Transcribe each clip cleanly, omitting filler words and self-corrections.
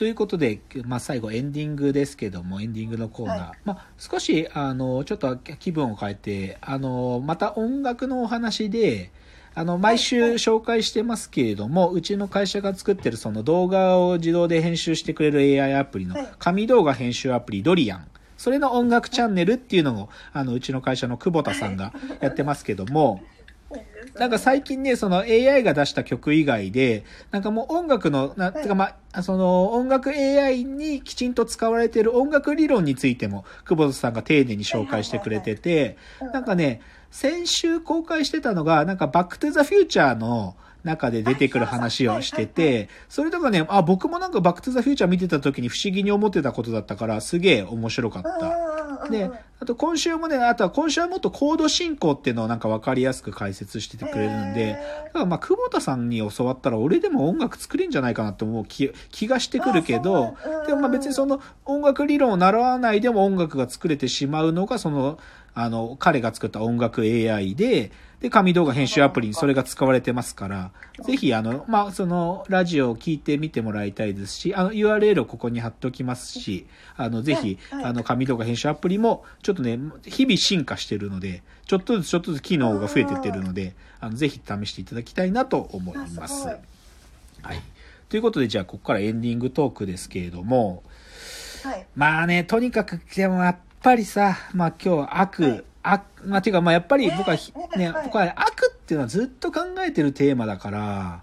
ということで、最後エンディングですけども、エンディングのコーナー。少し、ちょっと気分を変えて、また音楽のお話で、毎週紹介してますけれども、うちの会社が作ってるその動画を自動で編集してくれる AI アプリの紙動画編集アプリドリアン。それの音楽チャンネルっていうのを、うちの会社の久保田さんがやってますけども、なんか最近ね、その AI が出した曲以外で、なんかもう音楽の、その音楽 AI にきちんと使われている音楽理論についても、久保田さんが丁寧に紹介してくれてて、なんかね、先週公開してたのが、なんかバックトゥザフューチャーの中で出てくる話をしてて、それとかね、僕もなんかバックトゥザフューチャー見てた時に不思議に思ってたことだったから、すげえ面白かった。で、あと今週もね、あとは今週はもっとコード進行っていうのをなんか分かりやすく解説しててくれるんで、だから久保田さんに教わったら俺でも音楽作れんじゃないかなと思う気がしてくるけど、でも別にその音楽理論を習わないでも音楽が作れてしまうのがその、彼が作った音楽 AI で、紙動画編集アプリにそれが使われてますから、ぜひその、ラジオを聞いてみてもらいたいですし、URL をここに貼っておきますし、ぜひ、紙動画編集アプリも、ちょっとね、日々進化してるので、ちょっとずつ機能が増えてってるので、ぜひ試していただきたいなと思います。はい。ということで、じゃあ、ここからエンディングトークですけれども、とにかく、でもやっぱりさ、今日はていうか、やっぱり僕は悪っていうのはずっと考えてるテーマだから、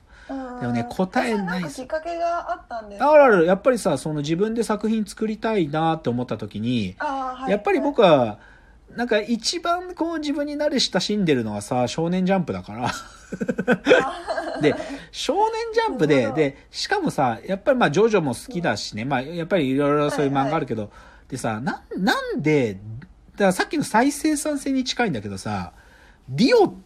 でもね、答えない。 きっかけがあったんですか？やっぱりさ、その自分で作品作りたいなって思った時に、やっぱり僕は、なんか一番こう自分に慣れ親しんでるのはさ、少年ジャンプだから。で、少年ジャンプで、しかもさ、やっぱりジョジョも好きだしね、やっぱりいろいろそういう漫画あるけど、でさ、なんで、だからさっきの再生産性に近いんだけどさ、ディオって、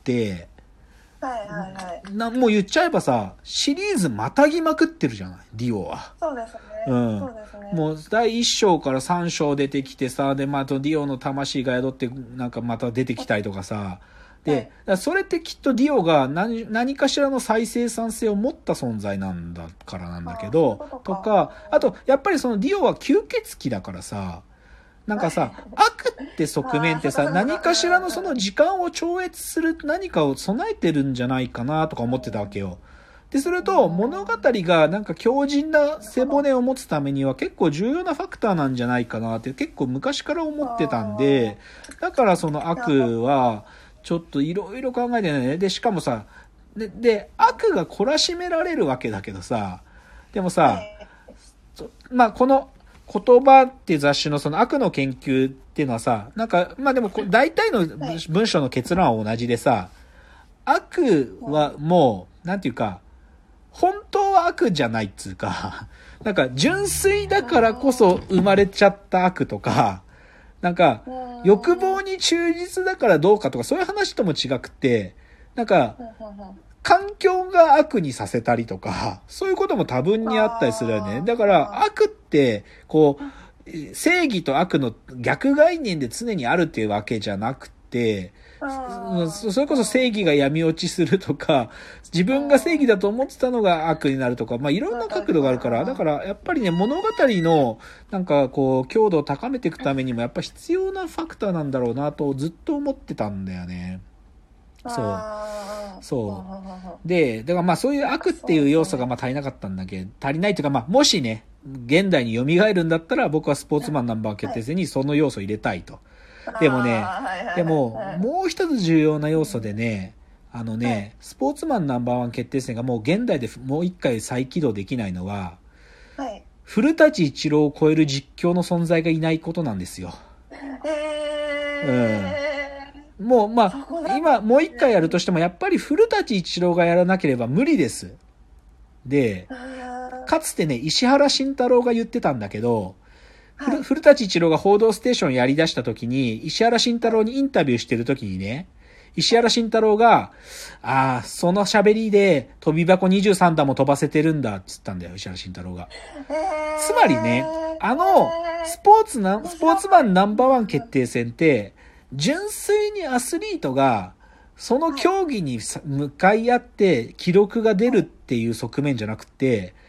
もう言っちゃえばさ、シリーズまたぎまくってるじゃない、ディオは。 そうですね。 そうですね。もう第1章から3章出てきてさ、で、ディオの魂が宿って、なんかまた出てきたりとかさ、で、それってきっとディオが何かしらの再生産性を持った存在なんだからなんだけど、とか、あと、やっぱりそのディオは吸血鬼だからさ、なんかさ、悪って側面ってさ、何かしらのその時間を超越する何かを備えてるんじゃないかなとか思ってたわけよ。で、すると物語がなんか強靭な背骨を持つためには結構重要なファクターなんじゃないかなって結構昔から思ってたんで、だからその悪はちょっといろいろ考えてね。で、しかもさ、で、悪が懲らしめられるわけだけどさ、でもさ、この言葉って雑誌のその悪の研究っていうのはさ、なんか、でも大体の文章の結論は同じでさ、悪はもう、なんていうか、本当は悪じゃないっつうか、なんか純粋だからこそ生まれちゃった悪とか、なんか欲望に忠実だからどうかとかそういう話とも違くて、なんか、環境が悪にさせたりとか、そういうことも多分にあったりするよね。だから悪って、こう、正義と悪の逆概念で常にあるっていうわけじゃなくて、それこそ正義が闇落ちするとか、自分が正義だと思ってたのが悪になるとか、いろんな角度があるから、だからやっぱりね、物語のなんかこう、強度を高めていくためにもやっぱ必要なファクターなんだろうなとずっと思ってたんだよね。そう。で、だからそういう悪っていう要素が足りなかったんだけど、足りないというかもしね、現代に蘇るんだったら僕はスポーツマンナンバー決定戦にその要素を入れたいと。でもね、もう一つ重要な要素でね、スポーツマンナンバーワン決定戦がもう現代でもう一回再起動できないのは、古舘一郎を超える実況の存在がいないことなんですよ。もう今もう一回やるとしてもやっぱり古舘一郎がやらなければ無理です。で、かつてね、石原慎太郎が言ってたんだけど、古舘一郎が報道ステーションやり出した時に、石原慎太郎にインタビューしてる時にね、石原慎太郎が、その喋りで飛び箱23段も飛ばせてるんだって言ったんだよ、石原慎太郎が。つまりね、スポーツマンナンバーワン決定戦って、純粋にアスリートが、その競技に向かい合って記録が出るっていう側面じゃなくて、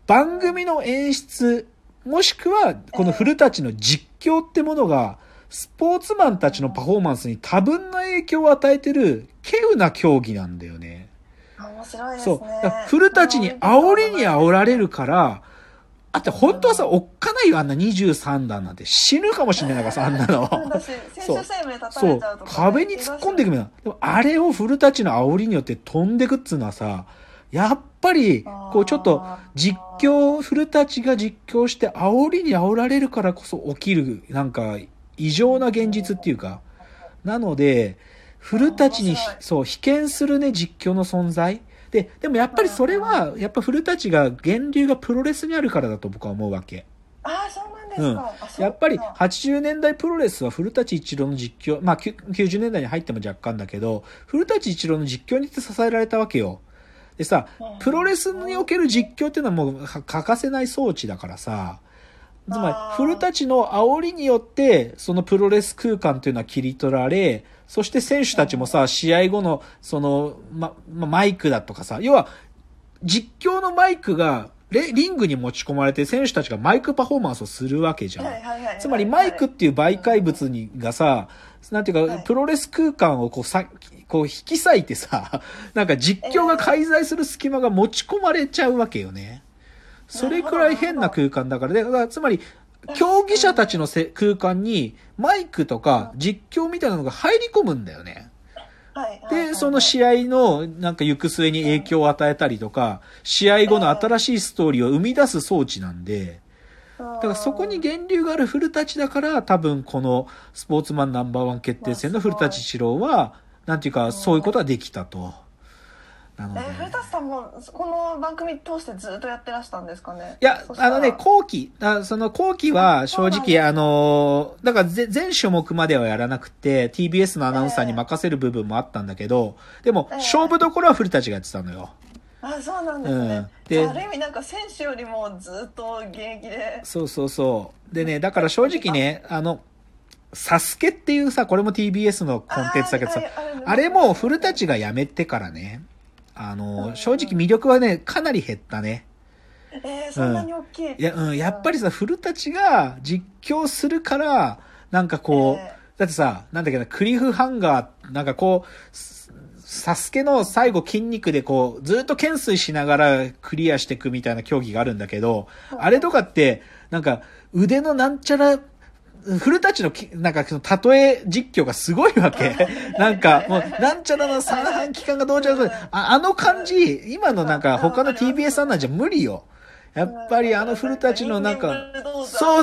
番組の演出、もしくはこの古舘の実況ってものが、スポーツマンたちのパフォーマンスに多分な影響を与えてる、稀有な競技なんだよね。 面白いですそね。 う。古舘に煽りに煽られるから、あって本当はさ、おっかないよ、あんな23段なんて。死ぬかもしれないからさ、あんなの。 選手生命立たそう。 れちゃうとか、 壁に突っ込んでいくみたいな。でもあれを古舘の煽りによって飛んでくっつうのはさ、やっぱり、こうちょっと古舘が実況して煽りに煽られるからこそ起きる、なんか、異常な現実っていうか。なので、古舘に、そう、被験するね、実況の存在。でもやっぱりそれは、やっぱ古舘が、源流がプロレスにあるからだと僕は思うわけ。 ああ、そうなんですか。 やっぱり80年代プロレスは古舘一郎の実況、まあ90年代に入っても若干だけど、古舘一郎の実況によって支えられたわけよ。でさ、プロレスにおける実況っていうのはもう欠かせない装置だからさ、つまり古舘の煽りによってそのプロレス空間っていうのは切り取られ、そして選手たちもさ、試合後のその、マイクだとかさ、要は実況のマイクがリングに持ち込まれて選手たちがマイクパフォーマンスをするわけじゃん。つまりマイクっていう媒介物がさ、なんていうか、プロレス空間をこう引き裂いてさ、なんか実況が介在する隙間が持ち込まれちゃうわけよね。それくらい変な空間だから。だからつまり、競技者たちの空間にマイクとか実況みたいなのが入り込むんだよね。で、その試合のなんか行く末に影響を与えたりとか、試合後の新しいストーリーを生み出す装置なんで、だからそこに源流がある古舘だから、多分このスポーツマンナンバーワン決定戦の古舘一郎は、なんていうかそういうことができたと。 古舘さんもこの番組通してずっとやってらしたんですかね。 いや、後期は正直、だから全種目まではやらなくて、TBS のアナウンサーに任せる部分もあったんだけど、でも、勝負どころは古舘がやってたのよ。 あ、そうなんですね。で、ある意味なんか選手よりもずっと現役で。 そう。でね、だから正直ね、サスケっていうさ、これも TBS のコンテンツだけどさ、あれも古舘が辞めてからね、正直魅力はね、かなり減ったね。 そんなに大きい。 やっぱりさ、古舘が実況するから、なんかこう、だってさ、なんだっけな、クリフハンガー、なんかこう、サスケの最後筋肉でこう、ずっと懸垂しながらクリアしていくみたいな競技があるんだけど、あれとかって、なんか腕のなんちゃら、古舘の、なんかその例え実況がすごいわけ。なんか、もう、なんちゃらの三半規管がどうちゃら、あの感じ、今のなんか他の TBS アナじゃ無理よ。やっぱり古舘のなんか、そう。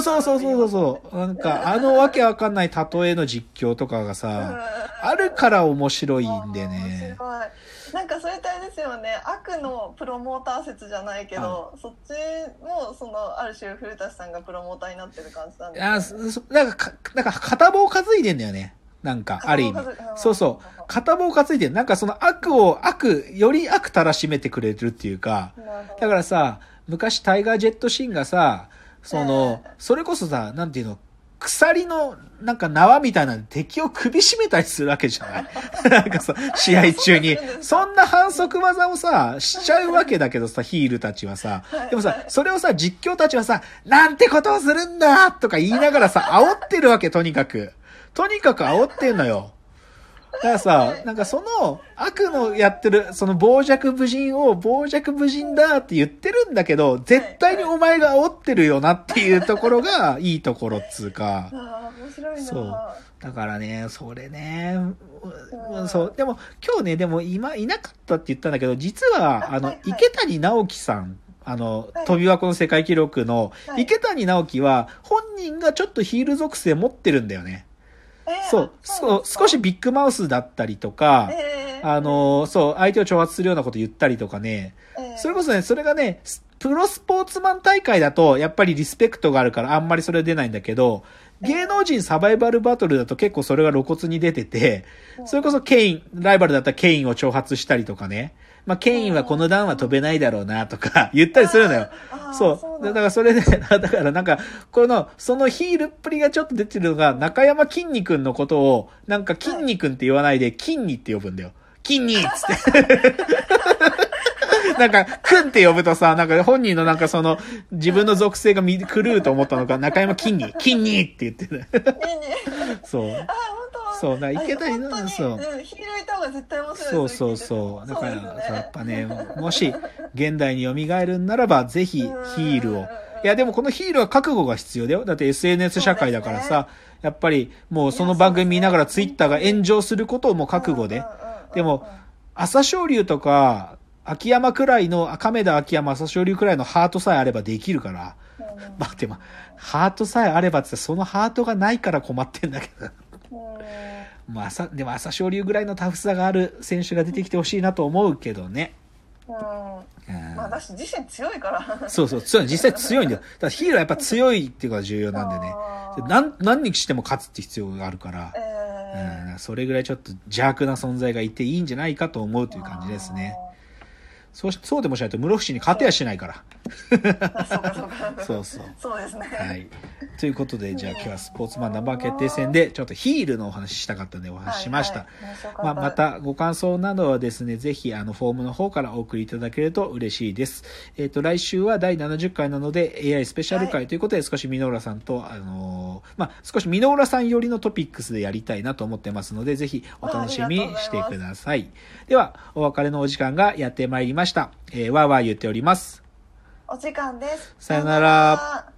なんかわけわかんない例えの実況とかがさ、あるから面白いんでね。 なんかそういうあれですよね、悪のプロモーター説じゃないけど、そっちもある種古舘さんがプロモーターになってる感じなんですね。 なんか片棒担いでんだよね。なんか、ある意味。そう。片棒担いでる。なんかそのより悪たらしめてくれるっていうか、だからさ、昔タイガージェットシンがさ、それこそさ、なんていうの、鎖のなんか縄みたいな敵を首絞めたりするわけじゃないなんかさ、試合中に。そんな反則技をさ、しちゃうわけだけどさ、ヒールたちはさ。でもさ、それをさ、実況たちはさ、なんてことをするんだとか言いながらさ、煽ってるわけ、とにかく煽ってんのよ。だからさ、なんかその悪のやってる、その傍若無人だって言ってるんだけど、絶対にお前が煽ってるよなっていうところがいいところっつうか。 面白いな。 そう。だからね、それね、そう。でも今日ね、でも今いなかったって言ったんだけど、実は池谷直樹さん、飛び箱の世界記録の池谷直樹は本人がちょっとヒール属性持ってるんだよね。そう、少しビッグマウスだったりとか、相手を挑発するようなこと言ったりとかね、それこそね、それがね、プロスポーツマン大会だと、やっぱりリスペクトがあるから、あんまりそれは出ないんだけど、芸能人サバイバルバトルだと結構それが露骨に出てて、それこそライバルだったらケインを挑発したりとかね、ケインはこの段は飛べないだろうなとか言ったりするのよ。そう。だからそれで、だからなんか、そのヒールっぷりがちょっと出てるのが、中山きんに君のことを、なんかきんに君って言わないで、きんにって呼ぶんだよ。 キンニーっつって。なんか、くんって呼ぶとさ、なんか本人のなんかその、自分の属性が狂うと思ったのか、中山キンニーって言ってる。そう。そう、いけたりな、そう。 ヒールいた方が絶対面白い。 そう。だから、やっぱね、もし、現代に蘇るんならば、ぜひ、ヒールを。いや、でもこのヒールは覚悟が必要だよ。だって SNS 社会だからさ、やっぱり、もうその番組見ながらツイッターが炎上することをもう覚悟で。でも、朝青龍とか、秋山くらいの、亀田秋山朝青龍くらいのハートさえあればできるから。まあ、でも、ハートさえあればってそのハートがないから困ってんだけど。まあ、でも朝青龍ぐらいのタフさがある選手が出てきてほしいなと思うけどね。 まあ、私自身強いから。 そう、強い。実際強いんだよ。だからヒールはやっぱ強いっていうのが重要なんでね。何にしても勝つって必要があるから、それぐらいちょっと邪悪な存在がいていいんじゃないかと思うという感じですね。そうでもしないと室伏に勝てやしないから。そうですね。 はい。ということで、じゃあ今日はスポーツマンナンバー決定戦で、ちょっとヒールのお話したかったのでお話ししました。またご感想などはですね、ぜひフォームの方からお送りいただけると嬉しいです。来週は第70回なので AI スペシャル回ということで、少し箕浦さんと、少し箕浦さん寄りのトピックスでやりたいなと思ってますので、ぜひお楽しみにしてください。では、お別れのお時間がやってまいりました。わーわー言っております。 お時間です。 さよなら。